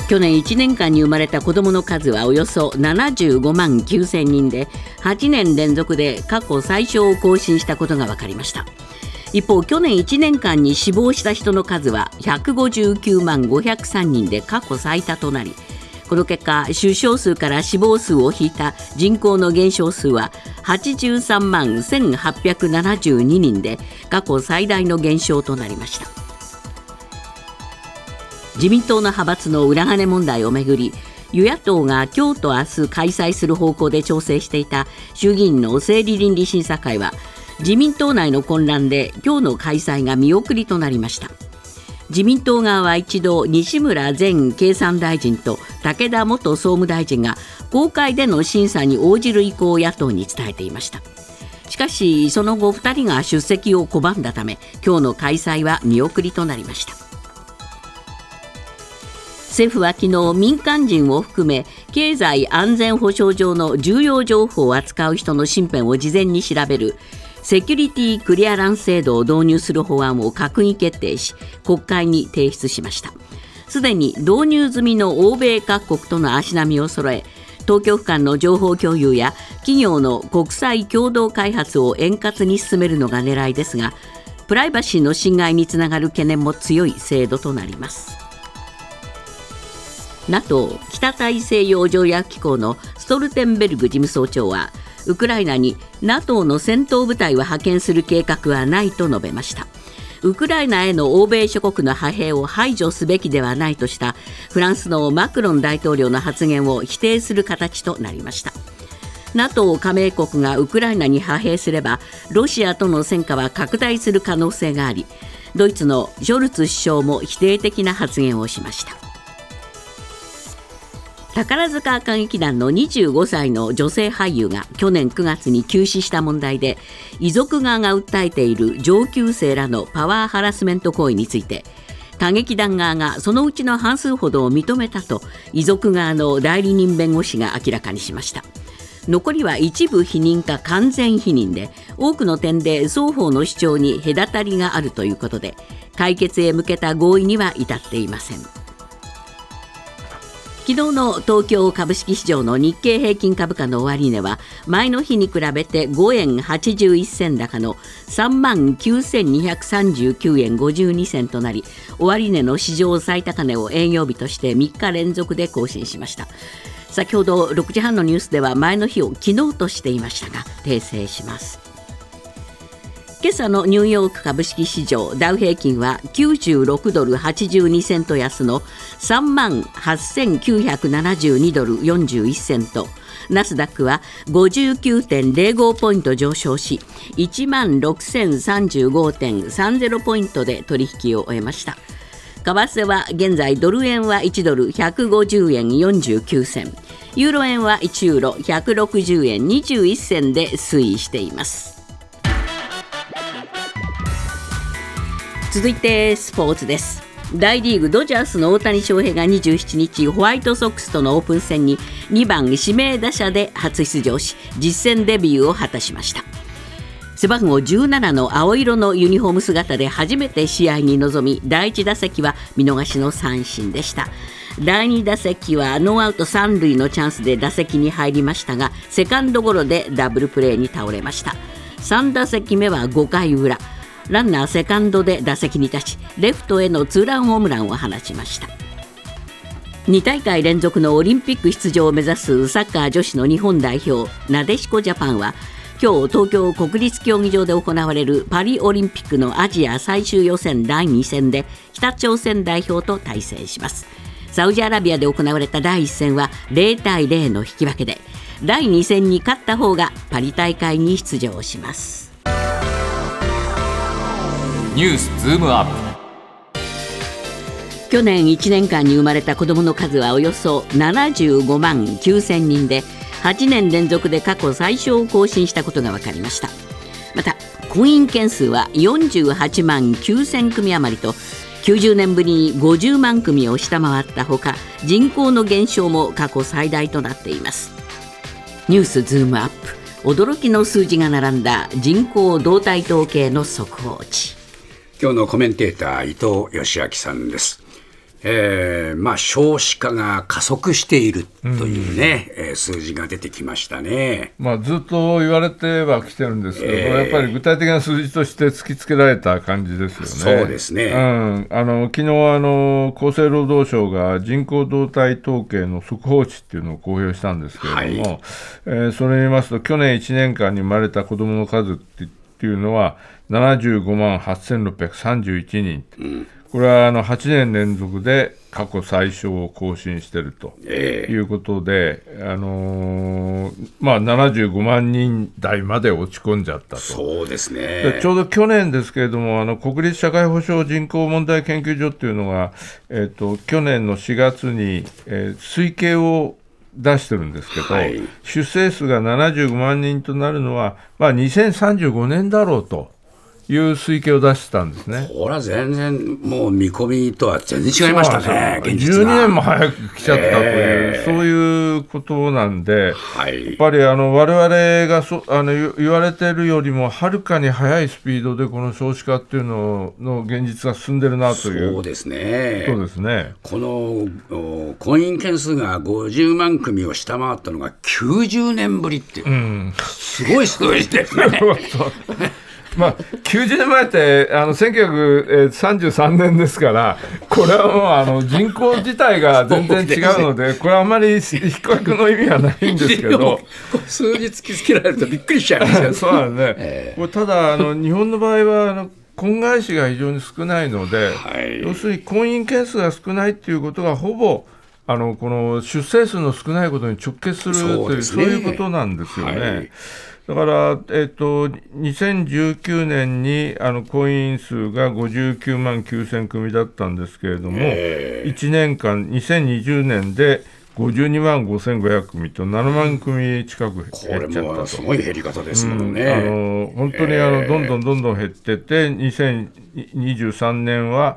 去年1年間に生まれた子どもの数はおよそ75万9000人で、8年連続で過去最少を更新したことが分かりました。一方、去年1年間に死亡した人の数は159万503人で過去最多となり、この結果、出生数から死亡数を引いた人口の減少数は83万1872人で過去最大の減少となりました。自民党の派閥の裏金問題をめぐり、与野党が今日と明日開催する方向で調整していた衆議院の整理倫理審査会は、自民党内の混乱で今日の開催が見送りとなりました。自民党側は一度、西村前経産大臣と武田元総務大臣が公開での審査に応じる意向を野党に伝えていました。しかしその後2人が出席を拒んだため、今日の開催は見送りとなりました。政府は昨日、民間人を含め経済安全保障上の重要情報を扱う人の身辺を事前に調べるセキュリティクリアランス制度を導入する法案を閣議決定し、国会に提出しました。すでに導入済みの欧米各国との足並みを揃え、当局間の情報共有や企業の国際共同開発を円滑に進めるのが狙いですが、プライバシーの侵害につながる懸念も強い制度となります。NATO 北大西洋条約機構のストルテンベルグ事務総長は、ウクライナに NATO の戦闘部隊を派遣する計画はないと述べました。ウクライナへの欧米諸国の派兵を排除すべきではないとしたフランスのマクロン大統領の発言を否定する形となりました。 NATO 加盟国がウクライナに派兵すれば、ロシアとの戦火は拡大する可能性があり、ドイツのショルツ首相も否定的な発言をしました。宝塚歌劇団の25歳の女性俳優が去年9月に急死した問題で、遺族側が訴えている上級生らのパワーハラスメント行為について、歌劇団側がそのうちの半数ほどを認めたと遺族側の代理人弁護士が明らかにしました。残りは一部否認か完全否認で、多くの点で双方の主張に隔たりがあるということで、解決へ向けた合意には至っていません。昨日の東京株式市場の日経平均株価の終値は、前の日に比べて5円81銭高の 39,239 円52銭となり、終値の史上最高値を営業日として3日連続で更新しました。先ほど6時半のニュースでは前の日を昨日としていましたが、訂正します。今朝のニューヨーク株式市場、ダウ平均は96ドル82セント安の 38,972 ドル41セント、ナスダックは 59.05 ポイント上昇し 16,035.30 ポイントで取引を終えました。為替は現在ドル円は1ドル150円49銭、ユーロ円は1ユーロ160円21銭で推移しています。続いてスポーツです。大リーグドジャースの大谷翔平が27日、ホワイトソックスとのオープン戦に2番指名打者で初出場し、実戦デビューを果たしました。背番号17の青色のユニフォーム姿で初めて試合に臨み、第1打席は見逃しの三振でした。第2打席はノーアウト3塁のチャンスで打席に入りましたが、セカンドゴロでダブルプレーに倒れました。3打席目は5回裏、ランナーセカンドで打席に立ち、レフトへのツーランホームランを放ちました。2大会連続のオリンピック出場を目指すサッカー女子の日本代表なでしこジャパンは、今日東京国立競技場で行われるパリオリンピックのアジア最終予選第2戦で北朝鮮代表と対戦します。サウジアラビアで行われた第1戦は0対0の引き分けで、第2戦に勝った方がパリ大会に出場します。 ニュースズームアップ。 去年1年間に生まれた子どもの数はおよそ75万9000人で、8年連続で過去最少を更新したことが分かりました。また婚姻件数は48万9000組余りと、90年ぶりに50万組を下回ったほか、人口の減少も過去最大となっています。ニュースズームアップ、驚きの数字が並んだ人口動態統計の速報値。 今日のコメンテーター伊藤義明さんです。 少子化が加速しているというね、数字が出てきましたね。 ずっと言われてはきてるんですけど、やっぱり具体的な数字として突きつけられた感じですよね。 そうですね。 昨日厚生労働省が人口動態統計の速報値っていうのを公表したんですけれども、それに言いますと去年1年間に生まれた子どもの数っていうのは75万8631人、これは8年連続で過去最小を更新しているということで、75万人台まで落ち込んじゃったと。 そうですね。 でちょうど去年ですけれども、国立社会保障人口問題研究所っていうのが、去年の4月に、推計を出してるんですけど、出生数が75万人となるのは、2035年だろうという推計を出してたんですね。 これは全然もう見込みとは全然違いましたね。現実が 12年も早く来ちゃったという、そういうことなんで、やっぱり我々が言われているよりもはるかに速いスピードでこの少子化っていうのの現実が進んでるなという。 そうですね。 そうですね。 この婚姻件数が50万組を下回ったのが90年ぶりっていう、すごい数字ですね。 90年前って1933年ですから、これはもう人口自体が全然違うので、これはあまり比較の意味はないんですけど数字突きつけられるとびっくりしちゃいますよね。 そうなんですね。これただ日本の場合は婚外子が非常に少ないので、要するに婚姻件数が少ないということがほぼこの出生数の少ないことに直結するという、そういうことなんですよね。だから、2019年に婚姻数が59万9000組だったんですけれども、1年間、2020年で52万5500組と7万組近く減っちゃったと。 これもすごい減り方ですもんね。 本当にどんどん減ってて、2023年は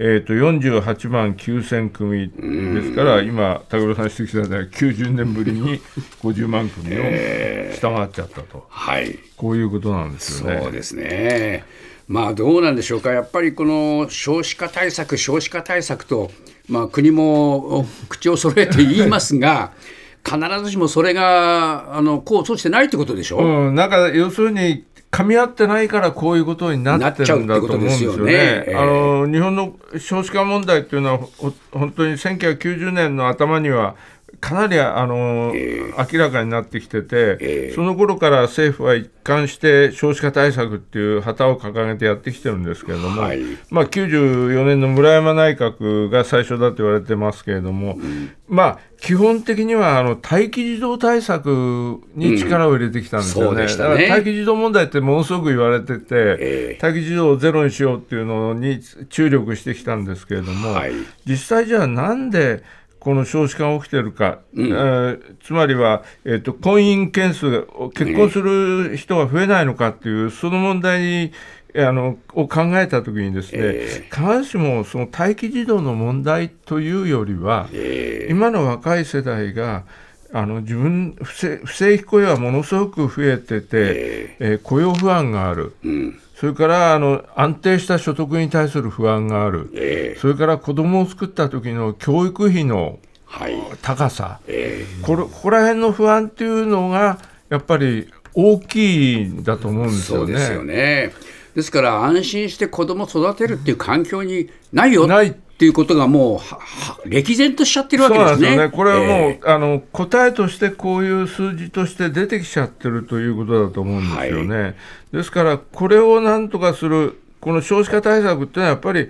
48万9000組ですから、今高黒さん指摘されたように90年ぶりに50万組を下回っちゃったと、こういうことなんですよね。 そうですね。どうなんでしょうか。やっぱりこの少子化対策と、国も口を揃えて言いますが必ずしもそれが功を奏してないってことでしょ。 なんか要するに噛み合ってないからこういうことになってるんだと思うんですよね。日本の少子化問題っていうのは本当に1990年の頭にはかなり明らかになってきてて、その頃から政府は一貫して少子化対策っていう旗を掲げてやってきてるんですけれども、94年の村山内閣が最初だと言われてますけれども、基本的には待機児童対策に力を入れてきたんですよね。だから待機児童問題ってものすごく言われてて、待機児童をゼロにしようっていうのに注力してきたんですけれども、実際じゃあなんでこの少子化が起きているか、つまりは、婚姻件数、結婚する人が増えないのかっていう、その問題を考えたときにですね、必ずしもその待機児童の問題というよりは、今の若い世代が不正規雇用はものすごく増えてて、雇用不安がある。それから安定した所得に対する不安がある、それから子どもを作った時の教育費の高さ、ここら辺の不安っていうのがやっぱり大きいんだと思うんですよね。 そうですよね。ですから安心して子どもを育てるっていう環境にないよっていうことがもう歴然としちゃってるわけですね。 そうなんですよね。これはもう、答えとしてこういう数字として出てきちゃってるということだと思うんですよね。ですからこれをなんとかするこの少子化対策っていうのはやっぱり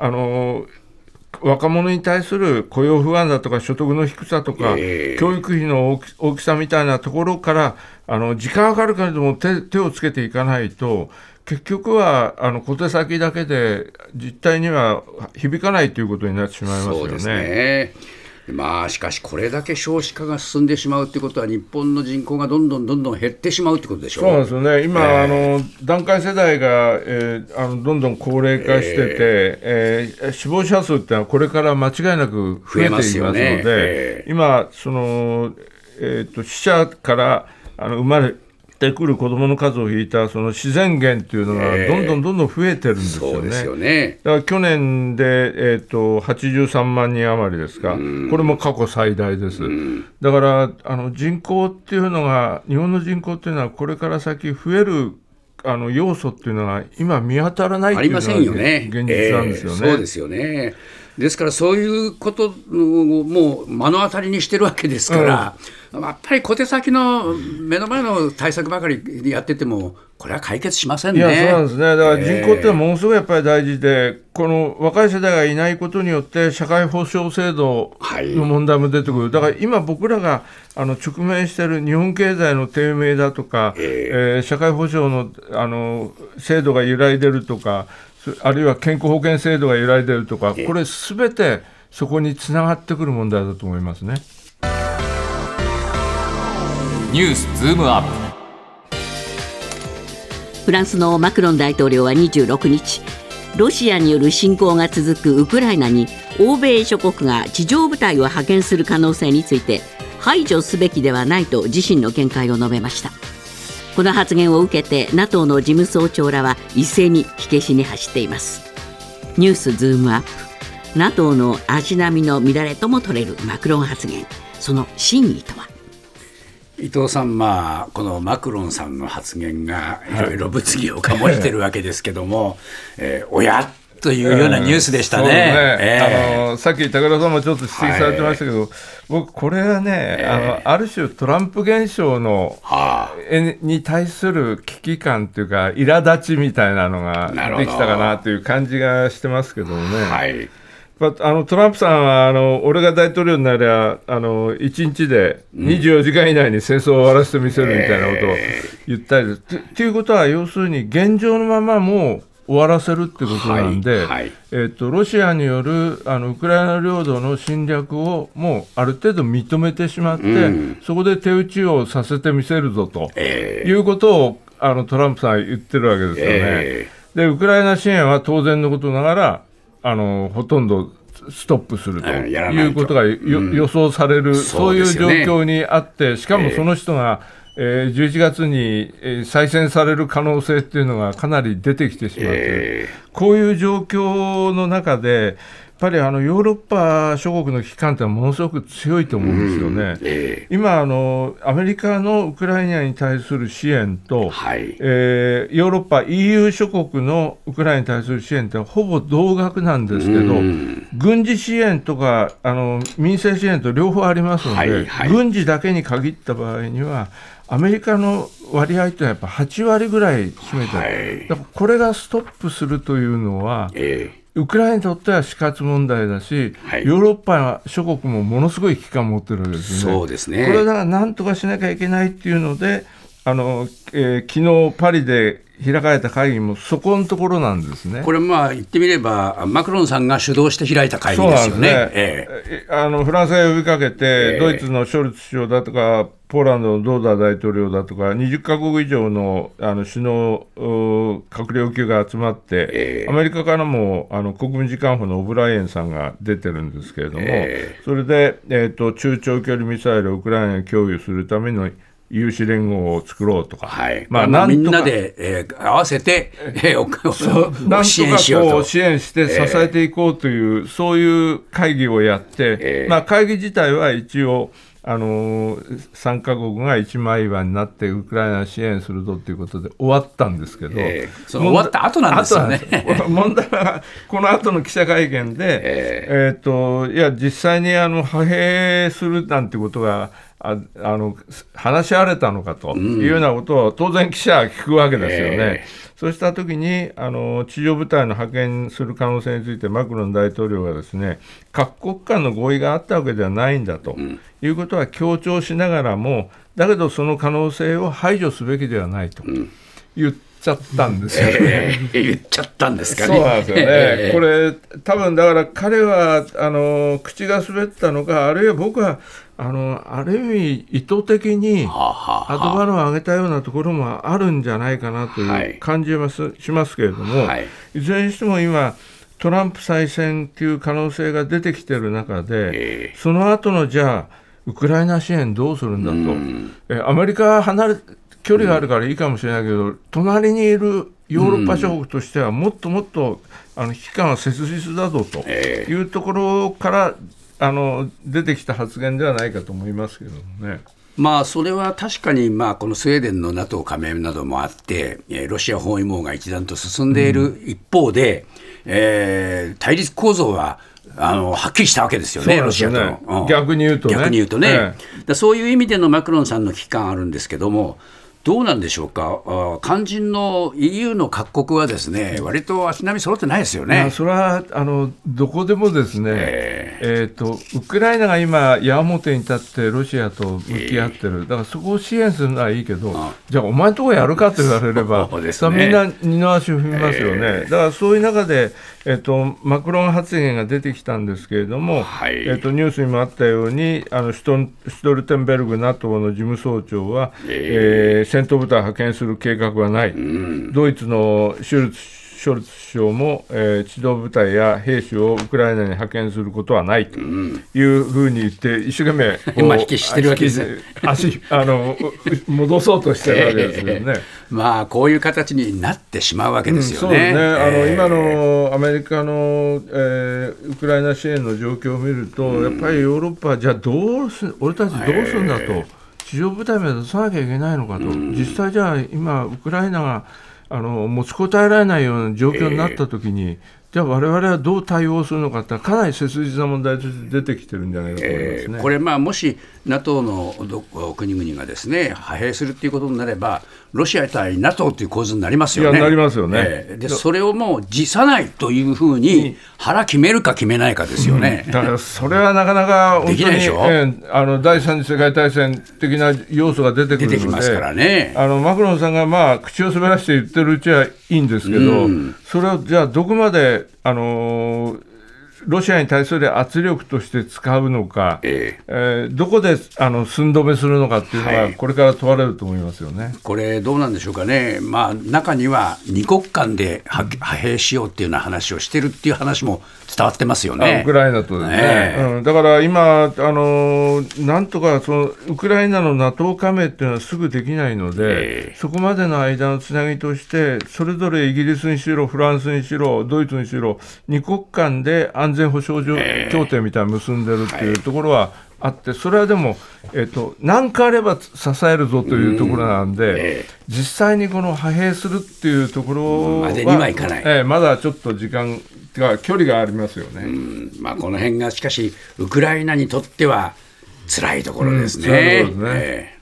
若者に対する雇用不安だとか所得の低さとか、教育費の大きさみたいなところから時間がかかるけれども手をつけていかないと結局は小手先だけで実態には響かないということになってしまいますよね。 そうですね。しかしこれだけ少子化が進んでしまうということは日本の人口がどんどん減ってしまうということでしょう。 そうなんですよね。今、団塊世代が、どんどん高齢化してて、死亡者数ってのはこれから間違いなく増えていますので、今死者から生まれてくる子どもの数を引いたその自然減というのがどんどん増えてるんですよね。 そうですよね。 だから去年で、83万人余りですか、これも過去最大です。だから人口っていうのが、日本の人口っていうのはこれから先増える要素っていうのが今見当たらないっていうのが、ね、現実なんですよね。 そうですよね。ですからそういうことをもう目の当たりにしてるわけですから、やっぱり小手先の目の前の対策ばかりやっててもこれは解決しませんね。 いや、そうなんですね。だから人口ってものすごいやっぱり大事で、この若い世代がいないことによって社会保障制度の問題も出てくる。だから今僕らが直面している日本経済の低迷だとか、社会保障の制度が揺らいでるとか、あるいは健康保険制度が揺らいでるとか、これすべてそこにつながってくる問題だと思いますね。 ニュースズームアップ。 フランスのマクロン大統領は26日、ロシアによる侵攻が続くウクライナに欧米諸国が地上部隊を派遣する可能性について排除すべきではないと自身の見解を述べました。この発言を受けて NATO の事務総長らは一斉に火消しに走っています。ニュースズームアップ。 NATO の足並みの乱れとも取れるマクロン発言、その真意とは。 伊藤さん、このマクロンさんの発言がいろいろ物議を醸してるわけですけども、おやというようなニュースでしたね。 さっき高田さんもちょっと指摘されてましたけど、僕これはね、ある種トランプ現象の、に対する危機感というか苛立ちみたいなのができたかなという感じがしてますけどね。トランプさんは俺が大統領になりゃ1日で24時間以内に戦争を終わらせてみせるみたいなことを言ったりということは、要するに現状のままもう終わらせるってことなんで、ロシアによるウクライナ領土の侵略をもうある程度認めてしまって、そこで手打ちをさせてみせるぞということをトランプさんは言ってるわけですよね。でウクライナ支援は当然のことながらほとんどストップするということが予想される、そういう状況にあって、しかもその人が、11月に再選される可能性っていうのがかなり出てきてしまっている、こういう状況の中でやっぱりヨーロッパ諸国の危機感ってものすごく強いと思うんですよね。今アメリカのウクライナに対する支援と、ヨーロッパ EU 諸国のウクライナに対する支援ってほぼ同額なんですけど、軍事支援とか民生支援と両方ありますので、軍事だけに限った場合にはアメリカの割合というのはやっぱ8割ぐらい占めてる。だからこれがストップするというのは、ウクライナにとっては死活問題だし、ヨーロッパ諸国もものすごい危機感を持ってるわけですね。 そうですね。 これだから何とかしなきゃいけないっていうので、昨日パリで開かれた会議もそこのところなんですね。 これ言ってみればマクロンさんが主導して開いた会議ですよね。 フランスが呼びかけて、ドイツのショルツ首相だとかポーランドのドーダ大統領だとか20カ国以上の首脳閣僚級が集まって、アメリカからも国務次官補のオブライエンさんが出てるんですけれども、それで、中長距離ミサイルをウクライナに供与するための有志連合を作ろうとか、 みんなで、合わせて、支援しようと、 支援して支えていこうという、そういう会議をやって、会議自体は一応3カ国が一枚岩になってウクライナを支援するぞということで終わったんですけど、 その終わった後なんですよね。 問題はこの後の記者会見で、いや実際に派兵するなんてことが話し合われたのかというようなことを当然記者は聞くわけですよね。そうしたときに地上部隊の派遣する可能性についてマクロン大統領がですね、各国間の合意があったわけではないんだということは強調しながらも、だけどその可能性を排除すべきではないと言っちゃったんですよね。 言っちゃったんですかね。 そうなんですよね。これ多分だから彼は口が滑ったのか、あるいは僕はある意味意図的にアドバルーンを上げたようなところもあるんじゃないかなという感じはしますけれども、いずれにしても今トランプ再選という可能性が出てきている中で、その後のじゃあウクライナ支援どうするんだと、アメリカ離れ距離があるからいいかもしれないけど、隣にいるヨーロッパ諸国としてはもっともっと危機感は切実だぞというところから出てきた発言ではないかと思いますけどね。 まあ、それは確かに、このスウェーデンの NATO 加盟などもあって、ロシア包囲網が一段と進んでいる一方で、対立構造ははっきりしたわけですよね、ロシアとの。 逆に言うとね、 そういう意味でのマクロンさんの危機感あるんですけども、どうなんでしょうか。肝心の EU の各国はですね、割と足並み揃ってないですよね。 それはどこでもですね、ウクライナが今矢面に立ってロシアと向き合ってる、だからそこを支援するのはいいけど、じゃあお前のとこやるかと言われればそれはみんな二の足を踏みますよね。だからそういう中で、マクロン発言が出てきたんですけれども、ニュースにもあったようにシュトルテンベルグ NATO の事務総長は、戦闘部隊を派遣する計画はない、ドイツのショルツ首相も、地動部隊や兵士をウクライナに派遣することはないというふうに言って一生懸命引きしてるわけですね。 戻そうとしてるわけですよね。 こういう形になってしまうわけですよね。 そうですね。今のアメリカの、ウクライナ支援の状況を見ると、やっぱりヨーロッパはじゃあ俺たちどうするんだと、地上部隊まで出さなきゃいけないのかと、実際じゃあ今ウクライナが持ちこたえられないような状況になったときに、じゃあ我々はどう対応するのかってかなり切実な問題として出てきてるんじゃないかと思いますね。 これもし NATO の国々がですね派兵するということになれば、ロシア対 NATO という構図になりますよね。 なりますよね。 でそれをもう辞さないというふうに腹決めるか決めないかですよね。 だからそれはなかなか本当にできないでしょ。 第三次世界大戦的な要素が出てくるので、 出てきますからね。 マクロンさんが口を滑らして言ってるうちはいいんですけど、それをじゃあどこまでロシアに対する圧力として使うのか、どこで寸止めするのかっていうのがこれから問われると思いますよね。 これどうなんでしょうかね。中には2国間で派兵しようっていうような話をしてるっていう話も伝わってますよね。 ウクライナとですね。だから今なんとかそのウクライナの NATO 加盟っていうのはすぐできないので、そこまでの間のつなぎとしてそれぞれイギリスにしろフランスにしろドイツにしろ2国間で安全保障協定みたいなのを結んでるっていうところはあって、それはでも、何かあれば支えるぞというところなんで、実際にこの派兵するっていうところはまでにはいかない、 まだちょっと時間が距離がありますよね。 この辺がしかしウクライナにとっては辛いところですね。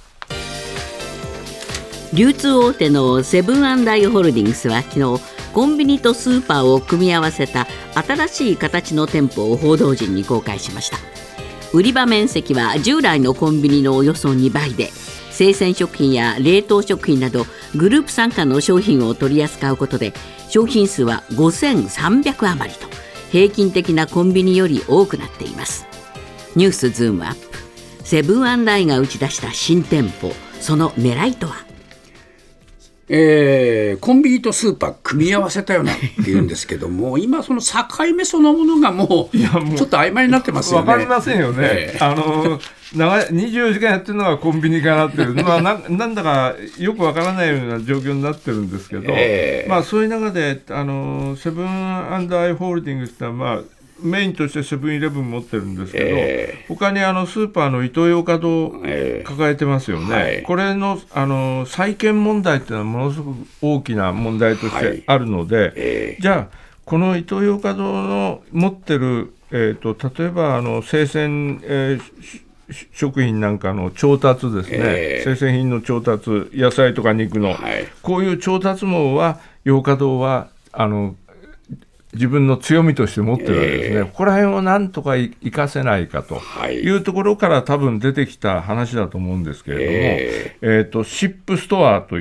流通大手のセブン&アイ・ホールディングスは昨日コンビニとスーパーを組み合わせた新しい形の店舗を報道陣に公開しました。売り場面積は従来のコンビニのおよそ2倍で、生鮮食品や冷凍食品などグループ傘下の商品を取り扱うことで、商品数は5300余りと平均的なコンビニより多くなっています。ニュースズームアップ。セブン&アイが打ち出した新店舗、その狙いとは。 コンビニとスーパー組み合わせたようなっていうんですけども今その境目そのものがもうちょっと曖昧になってますよね。 分かりませんよね。24時間やってるのがコンビニかなっていう、なんだかよく分からないような状況になってるんですけど、そういう中でセブン&アイ・ホールディングスってのはメインとしてセブンイレブン持ってるんですけど、他にスーパーのイトーヨーカドー抱えてますよね。これの、債権問題っていうのはものすごく大きな問題としてあるので、じゃあこのイトーヨーカドーの持ってる、例えば生鮮、食品なんかの調達ですね、生鮮品の調達、野菜とか肉の、こういう調達網はヨーカドーは自分の強みとして持ってるわけですね。ここら辺をなんとか活かせないかというところから多分出てきた話だと思うんですけれども、シップストアという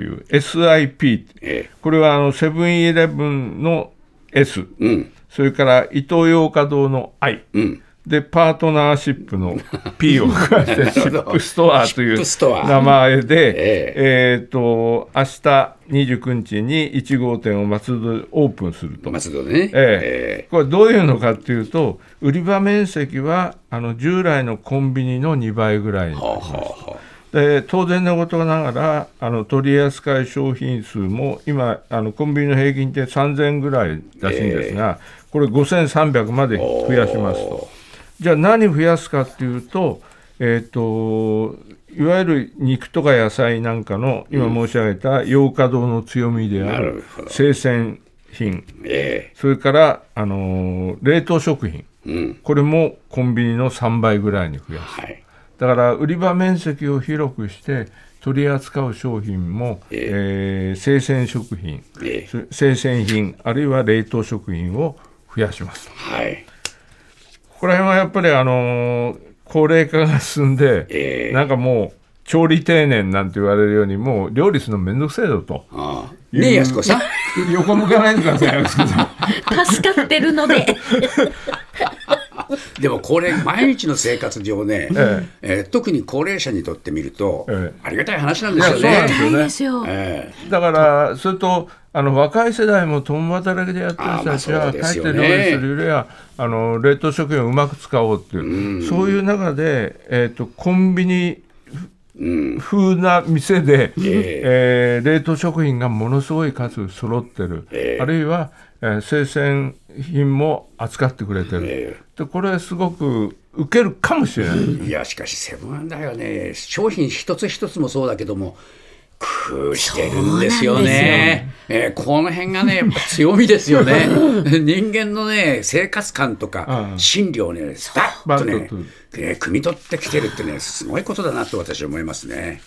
SIP、これはセブンイレブンの S、それからイトーヨーカドーの I、でパートナーシップの P を加えてシップストアという名前で、明日29日に1号店を松戸でオープンすると。 松戸ね。 これどういうのかっていうと、売り場面積は従来のコンビニの2倍ぐらいになります。 当然のことながら取り扱い商品数も今コンビニの平均って3000ぐらいらしいんですが、これ5300まで増やしますと。じゃあ何増やすかっていうと、いわゆる肉とか野菜なんかの今申し上げた洋華堂の強みである生鮮品、それから冷凍食品、これもコンビニの3倍ぐらいに増やす、だから売り場面積を広くして取り扱う商品も、生鮮食品、生鮮品あるいは冷凍食品を増やします、ここら辺はやっぱり高齢化が進んで、なんかもう調理定年なんて言われるようにもう料理するのめんどくせえぞと。 ねえ安子さん横向かないでください安子さん助かってるのででもこれ毎日の生活上ね、特に高齢者にとってみると、ありがたい話なんですよね。 そうなんですよね。だからそれと若い世代も共働きでやってる人たちは帰って料理するよりは冷凍食品をうまく使おうっていう、そういう中で、コンビニ風な店で、冷凍食品がものすごい数揃ってる、あるいは、生鮮品も扱ってくれてる、でこれすごく受けるかもしれない。 いやしかしセブン&アイはね、商品一つ一つもそうだけども工夫してるんですよね。この辺がねやっぱ強みですよね人間のね生活感とか心理をねスパッとね汲み取ってきてるってねすごいことだなと私は思いますね。